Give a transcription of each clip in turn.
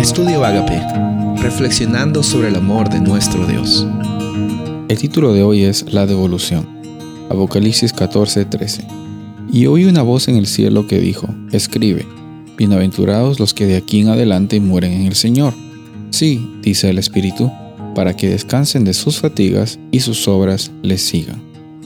Estudio Ágape, reflexionando sobre el amor de nuestro Dios. El título de hoy es La devolución. Apocalipsis 14:13. Y oí una voz en el cielo que dijo: Escribe, bienaventurados los que de aquí en adelante mueren en el Señor. Sí, dice el Espíritu, para que descansen de sus fatigas y sus obras les sigan.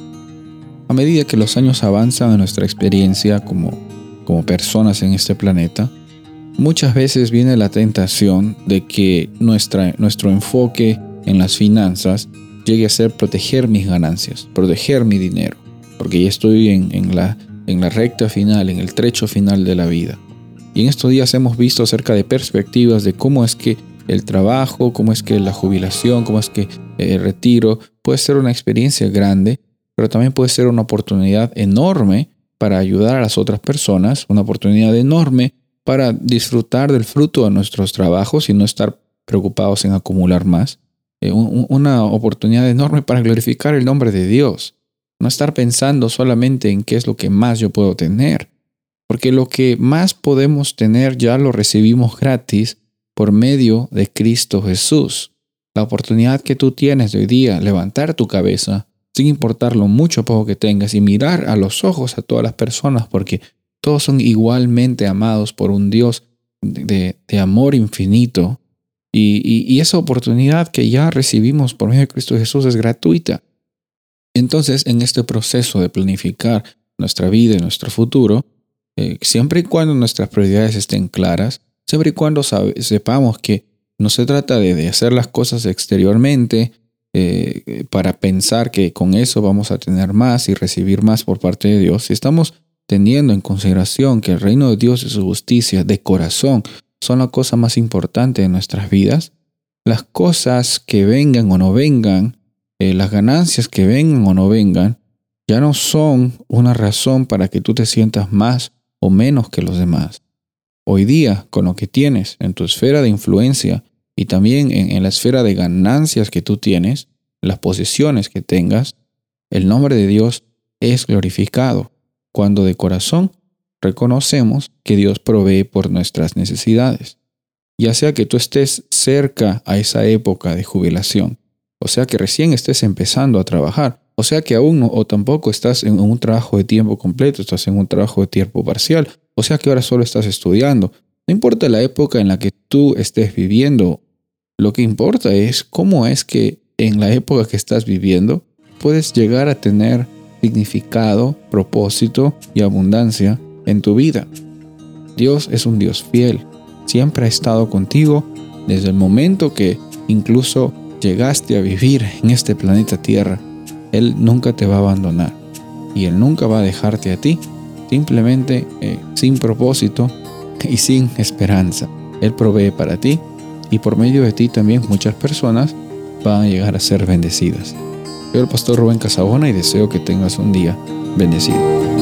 A medida que los años avanzan en nuestra experiencia como personas en este planeta, muchas veces viene la tentación de que nuestro enfoque en las finanzas llegue a ser proteger mis ganancias, proteger mi dinero, porque ya estoy en la recta final, en el trecho final de la vida. Y en estos días hemos visto acerca de perspectivas de cómo es que el trabajo, cómo es que la jubilación, cómo es que el retiro puede ser una experiencia grande, pero también puede ser una oportunidad enorme para ayudar a las otras personas, una oportunidad enorme para disfrutar del fruto de nuestros trabajos y no estar preocupados en acumular más. Una oportunidad enorme para glorificar el nombre de Dios. No estar pensando solamente en qué es lo que más yo puedo tener, porque lo que más podemos tener ya lo recibimos gratis por medio de Cristo Jesús. La oportunidad que tú tienes de hoy día, levantar tu cabeza, sin importar lo mucho o poco que tengas, y mirar a los ojos a todas las personas, porque todos son igualmente amados por un Dios de amor infinito. Y esa oportunidad que ya recibimos por medio de Cristo Jesús es gratuita. Entonces, en este proceso de planificar nuestra vida y nuestro futuro, siempre y cuando nuestras prioridades estén claras, siempre y cuando sepamos que no se trata de hacer las cosas exteriormente para pensar que con eso vamos a tener más y recibir más por parte de Dios. Si estamos teniendo en consideración que el reino de Dios y su justicia de corazón son la cosa más importante de nuestras vidas, las cosas que vengan o no vengan, las ganancias que vengan o no vengan, ya no son una razón para que tú te sientas más o menos que los demás. Hoy día, con lo que tienes en tu esfera de influencia y también en la esfera de ganancias que tú tienes, las posesiones que tengas, el nombre de Dios es glorificado cuando de corazón reconocemos que Dios provee por nuestras necesidades. Ya sea que tú estés cerca a esa época de jubilación, o sea que recién estés empezando a trabajar, o sea que aún no, o tampoco estás en un trabajo de tiempo completo, estás en un trabajo de tiempo parcial, o sea que ahora solo estás estudiando. No importa la época en la que tú estés viviendo, lo que importa es cómo es que en la época que estás viviendo puedes llegar a tener significado, propósito y abundancia en tu vida. Dios es un Dios fiel. Siempre ha estado contigo desde el momento que incluso llegaste a vivir en este planeta Tierra. Él nunca te va a abandonar y Él nunca va a dejarte a ti simplemente sin propósito y sin esperanza. Él provee para ti y por medio de ti también muchas personas van a llegar a ser bendecidas. Soy el pastor Rubén Casabona y deseo que tengas un día bendecido.